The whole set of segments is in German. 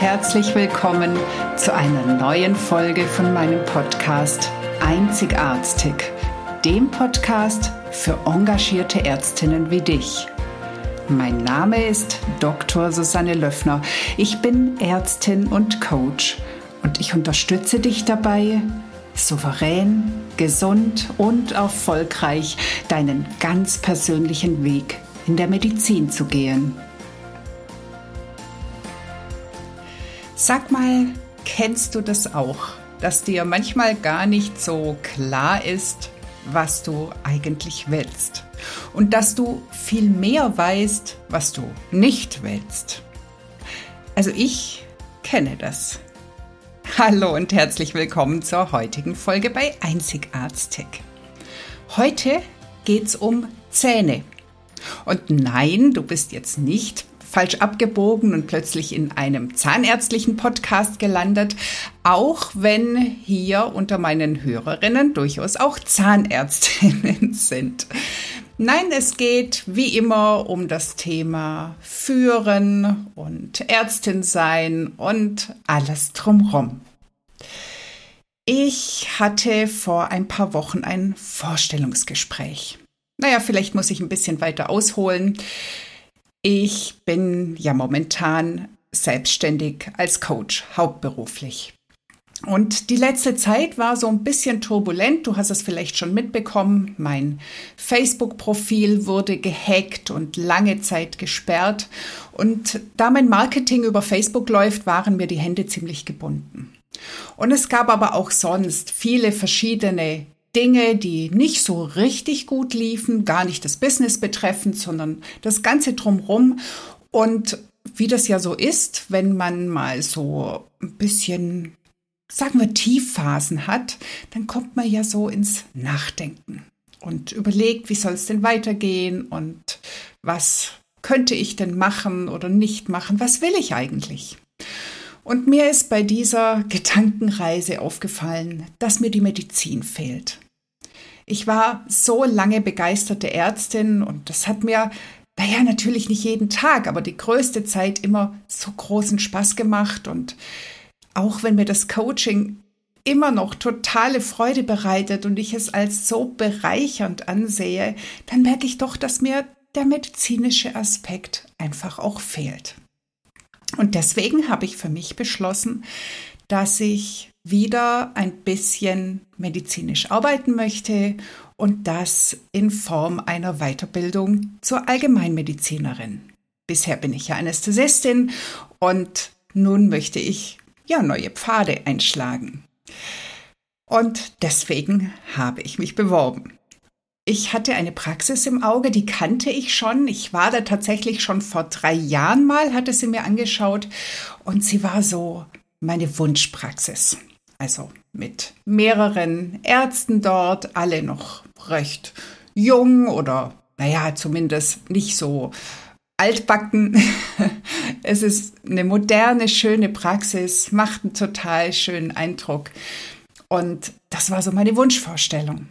herzlich willkommen zu einer neuen Folge von meinem Podcast Einzigartig, dem Podcast für engagierte Ärztinnen wie dich. Mein Name ist Dr. Susanne Löffner. Ich bin Ärztin und Coach und ich unterstütze dich dabei, souverän, gesund und erfolgreich deinen ganz persönlichen Weg in der Medizin zu gehen. Sag mal, kennst du das auch, dass dir manchmal gar nicht so klar ist, was du eigentlich willst und dass du viel mehr weißt, was du nicht willst? Also ich kenne das. Hallo und herzlich willkommen zur heutigen Folge bei Einzigartig. Heute geht's um Zähne. Und nein, du bist jetzt nicht falsch abgebogen und plötzlich in einem zahnärztlichen Podcast gelandet, auch wenn hier unter meinen Hörerinnen durchaus auch Zahnärztinnen sind. Nein, es geht wie immer um das Thema Führen und Ärztin sein und alles drumherum. Ich hatte vor ein paar Wochen ein Vorstellungsgespräch. Vielleicht muss ich ein bisschen weiter ausholen. Ich bin ja momentan selbstständig als Coach, hauptberuflich. Und die letzte Zeit war so ein bisschen turbulent. Du hast es vielleicht schon mitbekommen. Mein Facebook-Profil wurde gehackt und lange Zeit gesperrt. Und da mein Marketing über Facebook läuft, waren mir die Hände ziemlich gebunden. Und es gab aber auch sonst viele verschiedene Dinge, die nicht so richtig gut liefen, gar nicht das Business betreffend, sondern das Ganze drumherum. Und wie das ja so ist, wenn man mal so ein bisschen, sagen wir, Tiefphasen hat, dann kommt man ja so ins Nachdenken und überlegt, wie soll es denn weitergehen und was könnte ich denn machen oder nicht machen, was will ich eigentlich? Und mir ist bei dieser Gedankenreise aufgefallen, dass mir die Medizin fehlt. Ich war so lange begeisterte Ärztin und das hat mir, natürlich nicht jeden Tag, aber die größte Zeit immer so großen Spaß gemacht. Und auch wenn mir das Coaching immer noch totale Freude bereitet und ich es als so bereichernd ansehe, dann merke ich doch, dass mir der medizinische Aspekt einfach auch fehlt. Und deswegen habe ich für mich beschlossen, dass ich wieder ein bisschen medizinisch arbeiten möchte und das in Form einer Weiterbildung zur Allgemeinmedizinerin. Bisher bin ich ja Anästhesistin und nun möchte ich neue Pfade einschlagen. Und deswegen habe ich mich beworben. Ich hatte eine Praxis im Auge, die kannte ich schon. Ich war da tatsächlich schon vor 3 Jahren mal, hatte sie mir angeschaut und sie war so meine Wunschpraxis. Also mit mehreren Ärzten dort, alle noch recht jung oder zumindest nicht so altbacken. Es ist eine moderne, schöne Praxis, macht einen total schönen Eindruck. Und das war so meine Wunschvorstellung.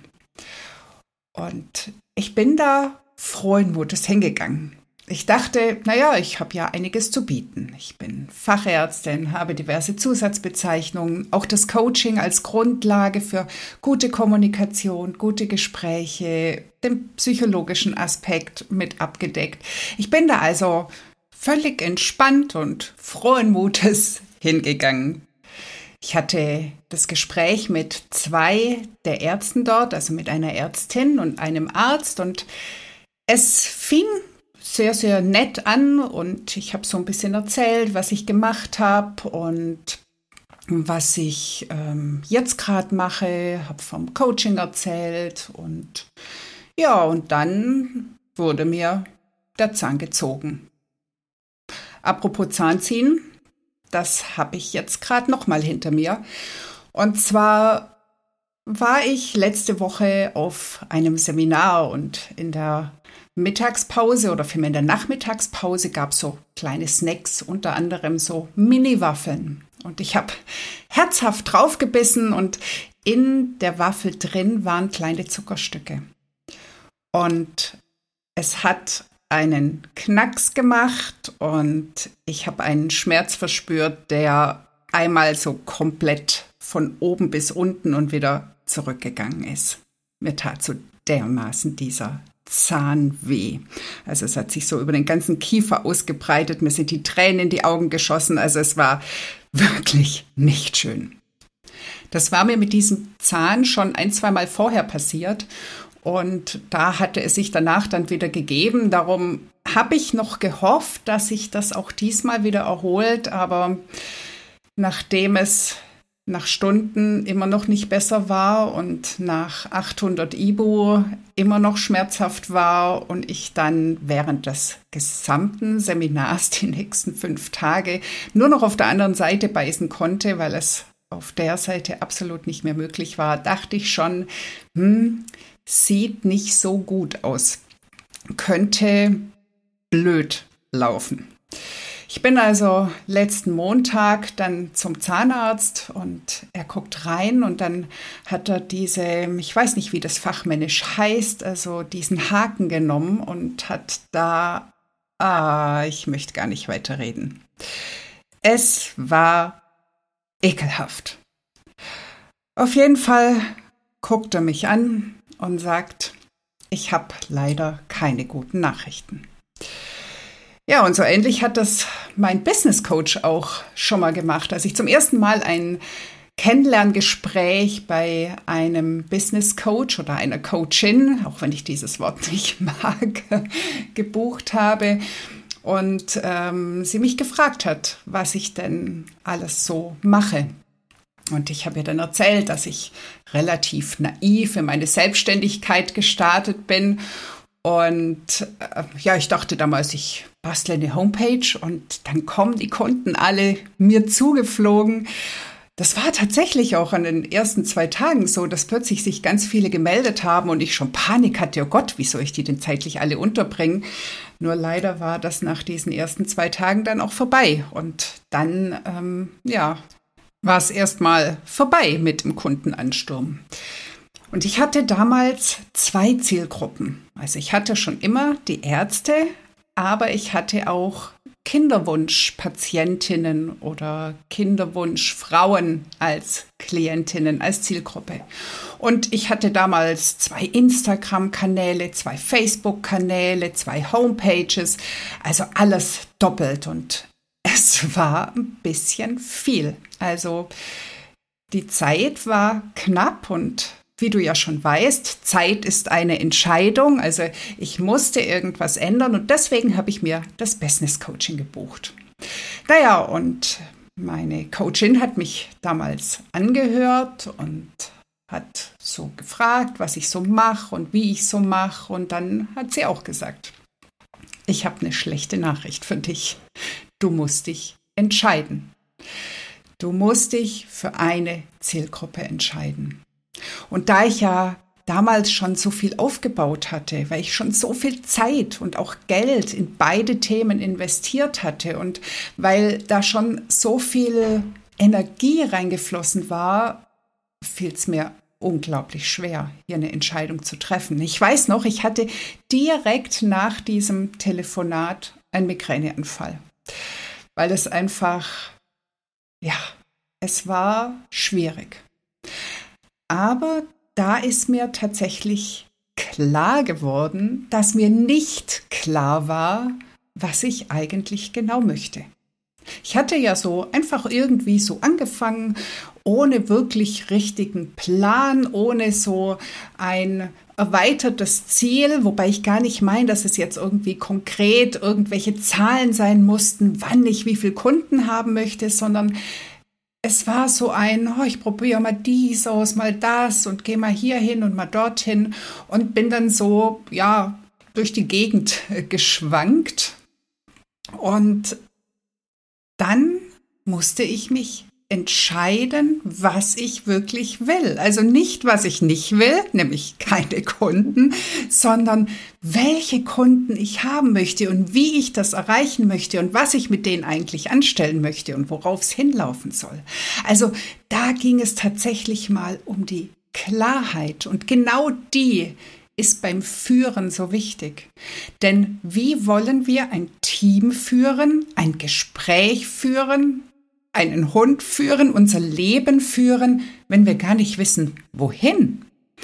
Und ich bin da frohen Mutes hingegangen. Ich dachte, ich habe ja einiges zu bieten. Ich bin Fachärztin, habe diverse Zusatzbezeichnungen, auch das Coaching als Grundlage für gute Kommunikation, gute Gespräche, den psychologischen Aspekt mit abgedeckt. Ich bin da also völlig entspannt und frohen Mutes hingegangen. Ich hatte das Gespräch mit 2 der Ärzten dort, also mit einer Ärztin und einem Arzt, und es fing sehr, sehr nett an und ich habe so ein bisschen erzählt, was ich gemacht habe und was ich jetzt gerade mache, habe vom Coaching erzählt und dann wurde mir der Zahn gezogen. Apropos Zahnziehen, das habe ich jetzt gerade nochmal hinter mir. Und zwar war ich letzte Woche auf einem Seminar und in der Mittagspause oder vielmehr in der Nachmittagspause gab es so kleine Snacks, unter anderem so Mini-Waffeln. Und ich habe herzhaft draufgebissen und in der Waffel drin waren kleine Zuckerstücke. Und es hat einen Knacks gemacht und ich habe einen Schmerz verspürt, der einmal so komplett von oben bis unten und wieder zurückgegangen ist. Mir tat so dermaßen dieser Zahn weh. Also es hat sich so über den ganzen Kiefer ausgebreitet, mir sind die Tränen in die Augen geschossen, also es war wirklich nicht schön. Das war mir mit diesem Zahn schon 1-2 Mal vorher passiert und da hatte es sich danach dann wieder gegeben. Darum habe ich noch gehofft, dass sich das auch diesmal wieder erholt, aber nachdem es nach Stunden immer noch nicht besser war und nach 800 Ibu immer noch schmerzhaft war und ich dann während des gesamten Seminars die nächsten 5 Tage nur noch auf der anderen Seite beißen konnte, weil es auf der Seite absolut nicht mehr möglich war, dachte ich schon, sieht nicht so gut aus. Könnte blöd laufen. Ich bin also letzten Montag dann zum Zahnarzt und er guckt rein und dann hat er ich weiß nicht, wie das fachmännisch heißt, also diesen Haken genommen und hat da, ich möchte gar nicht weiterreden. Es war ekelhaft. Auf jeden Fall guckt er mich an und sagt, ich habe leider keine guten Nachrichten. Ja, und so ähnlich hat das mein Business Coach auch schon mal gemacht. Als ich zum ersten Mal ein Kennenlerngespräch bei einem Business Coach oder einer Coachin, auch wenn ich dieses Wort nicht mag, gebucht habe und sie mich gefragt hat, was ich denn alles so mache. Und ich habe ihr dann erzählt, dass ich relativ naiv in meine Selbstständigkeit gestartet bin. Und ich dachte damals, ich bastle eine Homepage und dann kommen die Kunden alle mir zugeflogen. Das war tatsächlich auch an den ersten 2 Tagen so, dass plötzlich sich ganz viele gemeldet haben und ich schon Panik hatte, oh Gott, wie soll ich die denn zeitlich alle unterbringen? Nur leider war das nach diesen ersten 2 Tagen dann auch vorbei. Und dann, war es erstmal vorbei mit dem Kundenansturm. Und ich hatte damals 2 Zielgruppen. Also ich hatte schon immer die Ärzte, aber ich hatte auch Kinderwunschpatientinnen oder Kinderwunschfrauen als Klientinnen, als Zielgruppe. Und ich hatte damals 2 Instagram-Kanäle, 2 Facebook-Kanäle, 2 Homepages, also alles doppelt und es war ein bisschen viel. Also die Zeit war knapp und wie du ja schon weißt, Zeit ist eine Entscheidung. Also ich musste irgendwas ändern und deswegen habe ich mir das Business Coaching gebucht. Naja, und meine Coachin hat mich damals angehört und hat so gefragt, was ich so mache und wie ich so mache. Und dann hat sie auch gesagt, ich habe eine schlechte Nachricht für dich. Du musst dich entscheiden. Du musst dich für eine Zielgruppe entscheiden. Und da ich ja damals schon so viel aufgebaut hatte, weil ich schon so viel Zeit und auch Geld in beide Themen investiert hatte und weil da schon so viel Energie reingeflossen war, fiel es mir unglaublich schwer, hier eine Entscheidung zu treffen. Ich weiß noch, ich hatte direkt nach diesem Telefonat einen Migräneanfall, weil es einfach, es war schwierig. Aber da ist mir tatsächlich klar geworden, dass mir nicht klar war, was ich eigentlich genau möchte. Ich hatte ja so einfach irgendwie so angefangen, ohne wirklich richtigen Plan, ohne so ein erweitertes Ziel, wobei ich gar nicht meine, dass es jetzt irgendwie konkret irgendwelche Zahlen sein mussten, wann ich wie viele Kunden haben möchte, sondern es war so ich probiere mal dies aus, mal das und gehe mal hier hin und mal dorthin und bin dann so, durch die Gegend geschwankt. Und dann musste ich mich entscheiden, was ich wirklich will. Also nicht, was ich nicht will, nämlich keine Kunden, sondern welche Kunden ich haben möchte und wie ich das erreichen möchte und was ich mit denen eigentlich anstellen möchte und worauf es hinlaufen soll. Also da ging es tatsächlich mal um die Klarheit und genau die ist beim Führen so wichtig. Denn wie wollen wir ein Team führen, ein Gespräch führen, einen Hund führen, unser Leben führen, wenn wir gar nicht wissen, wohin?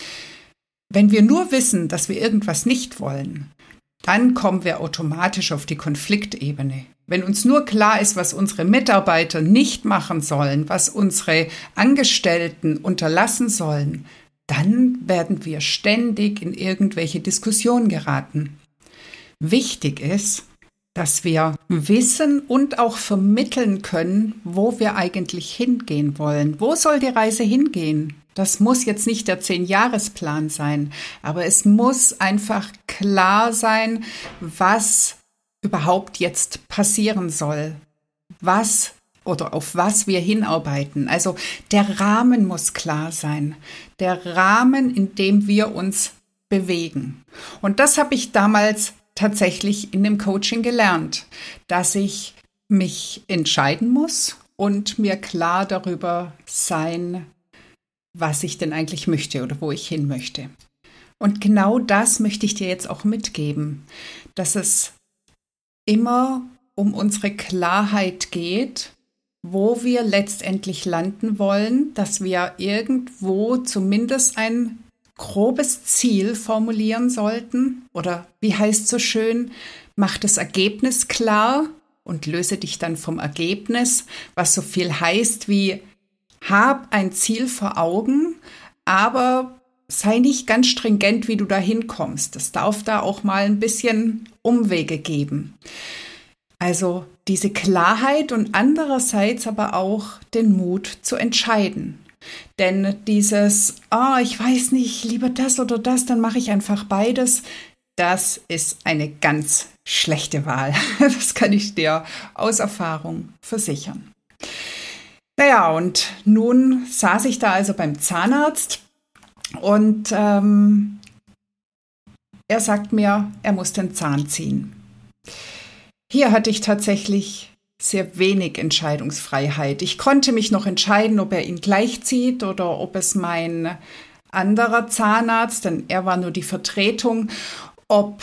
Wenn wir nur wissen, dass wir irgendwas nicht wollen, dann kommen wir automatisch auf die Konfliktebene. Wenn uns nur klar ist, was unsere Mitarbeiter nicht machen sollen, was unsere Angestellten unterlassen sollen, dann werden wir ständig in irgendwelche Diskussionen geraten. Wichtig ist, dass wir wissen und auch vermitteln können, wo wir eigentlich hingehen wollen. Wo soll die Reise hingehen? Das muss jetzt nicht der 10-Jahresplan sein, aber es muss einfach klar sein, was überhaupt jetzt passieren soll, was oder auf was wir hinarbeiten. Also der Rahmen muss klar sein, der Rahmen, in dem wir uns bewegen. Und das habe ich damals tatsächlich in dem Coaching gelernt, dass ich mich entscheiden muss und mir klar darüber sein, was ich denn eigentlich möchte oder wo ich hin möchte. Und genau das möchte ich dir jetzt auch mitgeben, dass es immer um unsere Klarheit geht, wo wir letztendlich landen wollen, dass wir irgendwo zumindest ein grobes Ziel formulieren sollten. Oder wie heißt so schön, mach das Ergebnis klar und löse dich dann vom Ergebnis, was so viel heißt wie, hab ein Ziel vor Augen, aber sei nicht ganz stringent, wie du da hinkommst. Es darf da auch mal ein bisschen Umwege geben. Also diese Klarheit und andererseits aber auch den Mut zu entscheiden. Denn dieses, ich weiß nicht, lieber das oder das, dann mache ich einfach beides, das ist eine ganz schlechte Wahl. Das kann ich dir aus Erfahrung versichern. Naja, und nun saß ich da also beim Zahnarzt und er sagt mir, er muss den Zahn ziehen. Hier hatte ich tatsächlich sehr wenig Entscheidungsfreiheit. Ich konnte mich noch entscheiden, ob er ihn gleich zieht oder ob es mein anderer Zahnarzt, denn er war nur die Vertretung, ob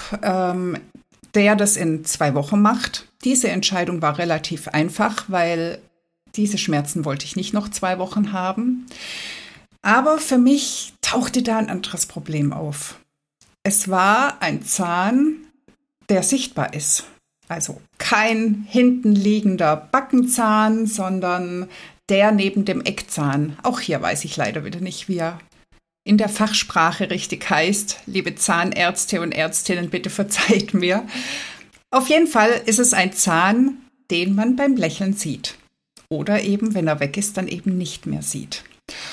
der das in 2 Wochen macht. Diese Entscheidung war relativ einfach, weil diese Schmerzen wollte ich nicht noch 2 Wochen haben. Aber für mich tauchte da ein anderes Problem auf. Es war ein Zahn, der sichtbar ist. Also kein hinten liegender Backenzahn, sondern der neben dem Eckzahn. Auch hier weiß ich leider wieder nicht, wie er in der Fachsprache richtig heißt. Liebe Zahnärzte und Ärztinnen, bitte verzeiht mir. Auf jeden Fall ist es ein Zahn, den man beim Lächeln sieht. Oder eben, wenn er weg ist, dann eben nicht mehr sieht.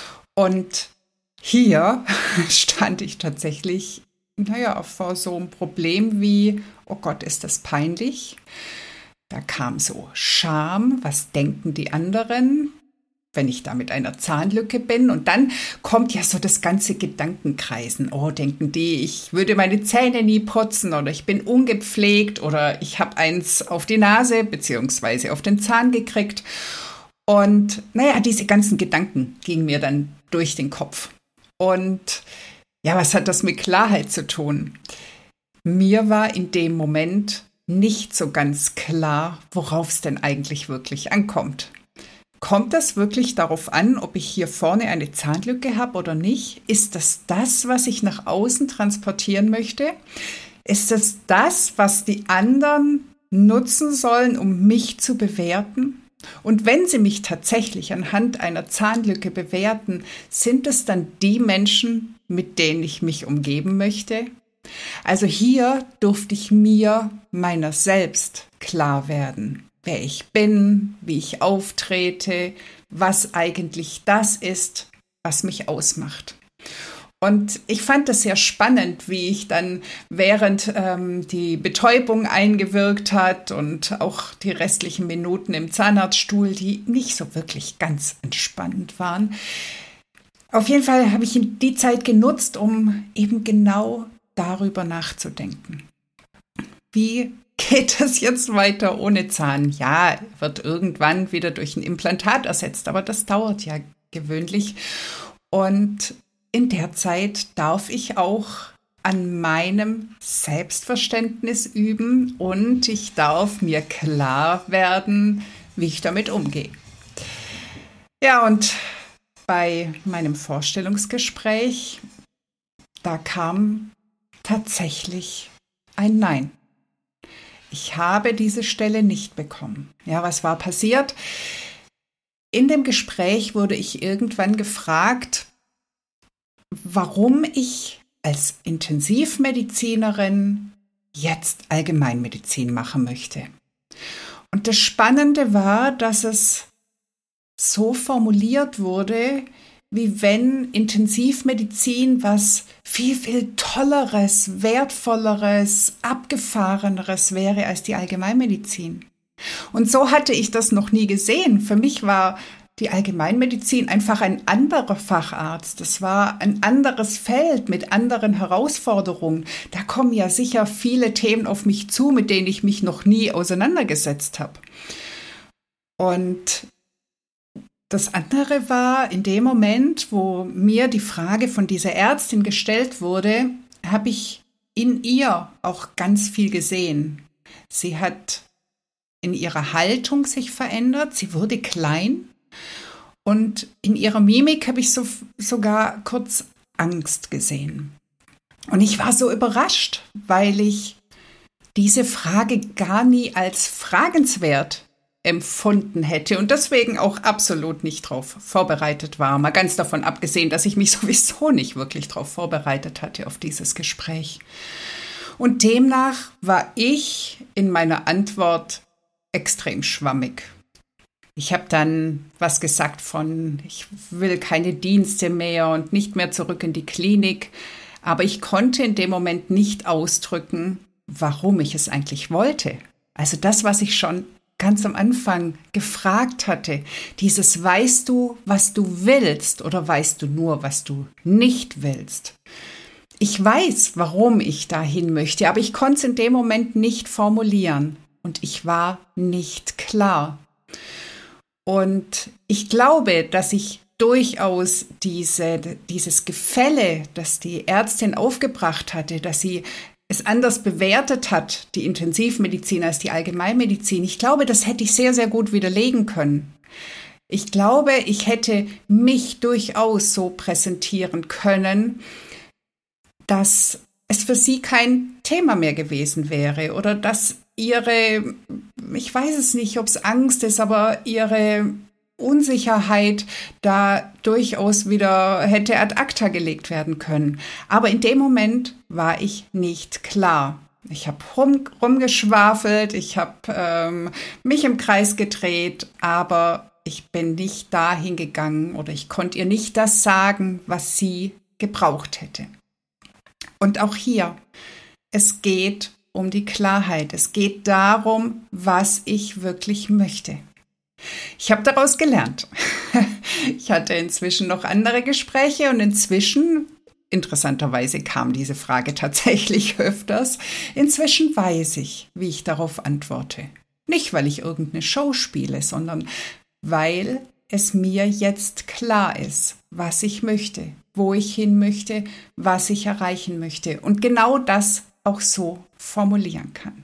Und hier stand ich tatsächlich vor so einem Problem wie, oh Gott, ist das peinlich. Da kam so Scham, was denken die anderen, wenn ich da mit einer Zahnlücke bin? Und dann kommt ja so das ganze Gedankenkreisen. Oh, denken die, ich würde meine Zähne nie putzen oder ich bin ungepflegt oder ich habe eins auf die Nase beziehungsweise auf den Zahn gekriegt. Und diese ganzen Gedanken gingen mir dann durch den Kopf. Und ja, was hat das mit Klarheit zu tun? Mir war in dem Moment nicht so ganz klar, worauf es denn eigentlich wirklich ankommt. Kommt das wirklich darauf an, ob ich hier vorne eine Zahnlücke habe oder nicht? Ist das das, was ich nach außen transportieren möchte? Ist das, was die anderen nutzen sollen, um mich zu bewerten? Und wenn sie mich tatsächlich anhand einer Zahnlücke bewerten, sind es dann die Menschen, mit denen ich mich umgeben möchte? Also hier durfte ich mir meiner selbst klar werden, wer ich bin, wie ich auftrete, was eigentlich das ist, was mich ausmacht. Und ich fand das sehr spannend, wie ich dann während die Betäubung eingewirkt hat und auch die restlichen Minuten im Zahnarztstuhl, die nicht so wirklich ganz entspannt waren. Auf jeden Fall habe ich die Zeit genutzt, um eben genau darüber nachzudenken. Wie geht es jetzt weiter ohne Zahn? Ja, wird irgendwann wieder durch ein Implantat ersetzt, aber das dauert ja gewöhnlich. Und in der Zeit darf ich auch an meinem Selbstverständnis üben und ich darf mir klar werden, wie ich damit umgehe. Ja, und bei meinem Vorstellungsgespräch, da kam tatsächlich ein Nein. Ich habe diese Stelle nicht bekommen. Ja, was war passiert? In dem Gespräch wurde ich irgendwann gefragt, warum ich als Intensivmedizinerin jetzt Allgemeinmedizin machen möchte. Und das Spannende war, dass es so formuliert wurde, wie wenn Intensivmedizin was viel, viel Tolleres, Wertvolleres, Abgefahreneres wäre als die Allgemeinmedizin. Und so hatte ich das noch nie gesehen. Für mich war die Allgemeinmedizin einfach ein anderer Facharzt. Das war ein anderes Feld mit anderen Herausforderungen. Da kommen ja sicher viele Themen auf mich zu, mit denen ich mich noch nie auseinandergesetzt habe. Und das andere war, in dem Moment, wo mir die Frage von dieser Ärztin gestellt wurde, habe ich in ihr auch ganz viel gesehen. Sie hat in ihrer Haltung sich verändert, sie wurde klein und in ihrer Mimik habe ich sogar kurz Angst gesehen. Und ich war so überrascht, weil ich diese Frage gar nie als fragenswert empfunden hätte und deswegen auch absolut nicht darauf vorbereitet war. Mal ganz davon abgesehen, dass ich mich sowieso nicht wirklich darauf vorbereitet hatte auf dieses Gespräch. Und demnach war ich in meiner Antwort extrem schwammig. Ich habe dann was gesagt von, ich will keine Dienste mehr und nicht mehr zurück in die Klinik, aber ich konnte in dem Moment nicht ausdrücken, warum ich es eigentlich wollte. Also das, was ich schon ganz am Anfang gefragt hatte, dieses weißt du, was du willst oder weißt du nur, was du nicht willst? Ich weiß, warum ich dahin möchte, aber ich konnte es in dem Moment nicht formulieren und ich war nicht klar. Und ich glaube, dass ich durchaus dieses Gefälle, das die Ärztin aufgebracht hatte, dass sie es anders bewertet hat, die Intensivmedizin als die Allgemeinmedizin. Ich glaube, das hätte ich sehr, sehr gut widerlegen können. Ich glaube, ich hätte mich durchaus so präsentieren können, dass es für sie kein Thema mehr gewesen wäre oder dass ihre, ich weiß es nicht, ob es Angst ist, aber ihre Unsicherheit da durchaus wieder hätte ad acta gelegt werden können. Aber in dem Moment war ich nicht klar. Ich habe rumgeschwafelt, ich habe mich im Kreis gedreht, aber ich bin nicht dahin gegangen oder ich konnte ihr nicht das sagen, was sie gebraucht hätte. Und auch hier, es geht um die Klarheit. Es geht darum, was ich wirklich möchte. Ich habe daraus gelernt. Ich hatte inzwischen noch andere Gespräche und inzwischen, interessanterweise kam diese Frage tatsächlich öfters, inzwischen weiß ich, wie ich darauf antworte. Nicht, weil ich irgendeine Show spiele, sondern weil es mir jetzt klar ist, was ich möchte, wo ich hin möchte, was ich erreichen möchte und genau das auch so formulieren kann.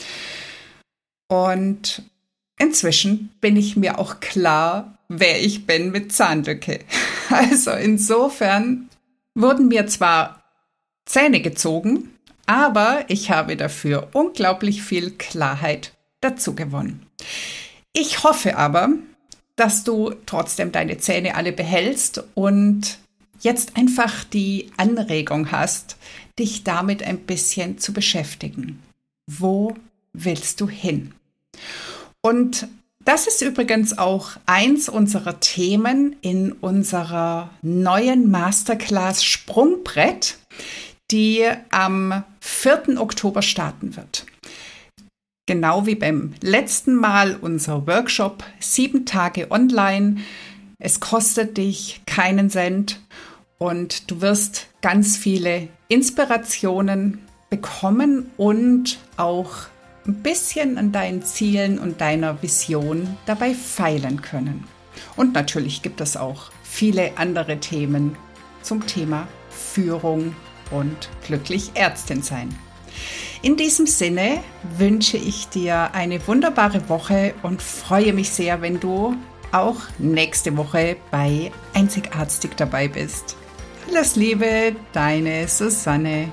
Und inzwischen bin ich mir auch klar, wer ich bin mit Zahnlücke. Also insofern wurden mir zwar Zähne gezogen, aber ich habe dafür unglaublich viel Klarheit dazu gewonnen. Ich hoffe aber, dass du trotzdem deine Zähne alle behältst und jetzt einfach die Anregung hast, dich damit ein bisschen zu beschäftigen. Wo willst du hin? Und das ist übrigens auch eins unserer Themen in unserer neuen Masterclass Sprungbrett, die am 4. Oktober starten wird. Genau wie beim letzten Mal unser Workshop 7 Tage online. Es kostet dich keinen Cent und du wirst ganz viele Inspirationen bekommen und auch ein bisschen an deinen Zielen und deiner Vision dabei feilen können. Und natürlich gibt es auch viele andere Themen zum Thema Führung und glücklich Ärztin sein. In diesem Sinne wünsche ich dir eine wunderbare Woche und freue mich sehr, wenn du auch nächste Woche bei Einzigartig dabei bist. Alles Liebe, deine Susanne.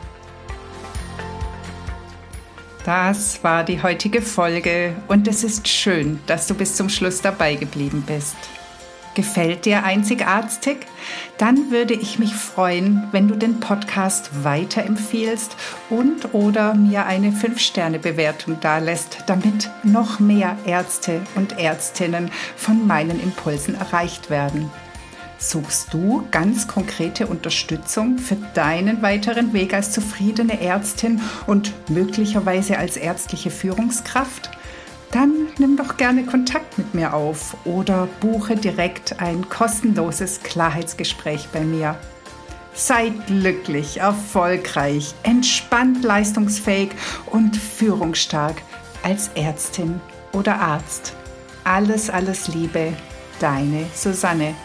Das war die heutige Folge und es ist schön, dass du bis zum Schluss dabei geblieben bist. Gefällt dir Einzigartig? Dann würde ich mich freuen, wenn du den Podcast weiterempfiehlst und oder mir eine 5-Sterne-Bewertung dalässt, damit noch mehr Ärzte und Ärztinnen von meinen Impulsen erreicht werden. Suchst du ganz konkrete Unterstützung für deinen weiteren Weg als zufriedene Ärztin und möglicherweise als ärztliche Führungskraft? Dann nimm doch gerne Kontakt mit mir auf oder buche direkt ein kostenloses Klarheitsgespräch bei mir. Sei glücklich, erfolgreich, entspannt, leistungsfähig und führungsstark als Ärztin oder Arzt. Alles, alles Liebe, deine Susanne.